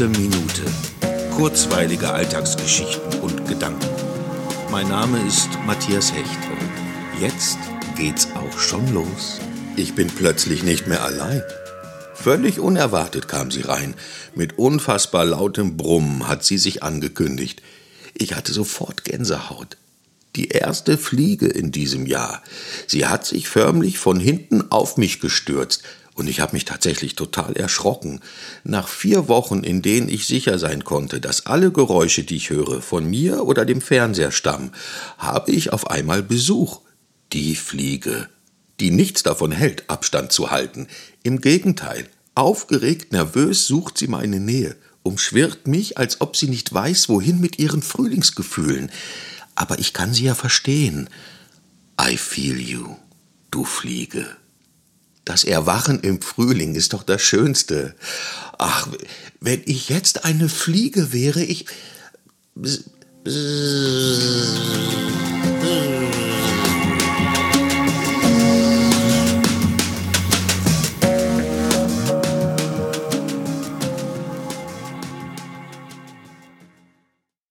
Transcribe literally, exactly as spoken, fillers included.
Kurze Minute. Kurzweilige Alltagsgeschichten und Gedanken. Mein Name ist Matthias Hecht und jetzt geht's auch schon los. Ich bin plötzlich nicht mehr allein. Völlig unerwartet kam sie rein. Mit unfassbar lautem Brummen hat sie sich angekündigt. Ich hatte sofort Gänsehaut. Die erste Fliege in diesem Jahr. Sie hat sich förmlich von hinten auf mich gestürzt. Und ich habe mich tatsächlich total erschrocken. Nach vier Wochen, in denen ich sicher sein konnte, dass alle Geräusche, die ich höre, von mir oder dem Fernseher stammen, habe ich auf einmal Besuch. Die Fliege, die nichts davon hält, Abstand zu halten. Im Gegenteil, aufgeregt, nervös sucht sie meine Nähe, umschwirrt mich, als ob sie nicht weiß, wohin mit ihren Frühlingsgefühlen. Aber ich kann sie ja verstehen. I feel you, du Fliege. Das Erwachen im Frühling ist doch das Schönste. Ach, wenn ich jetzt eine Fliege wäre, ich... Bzz, bzz.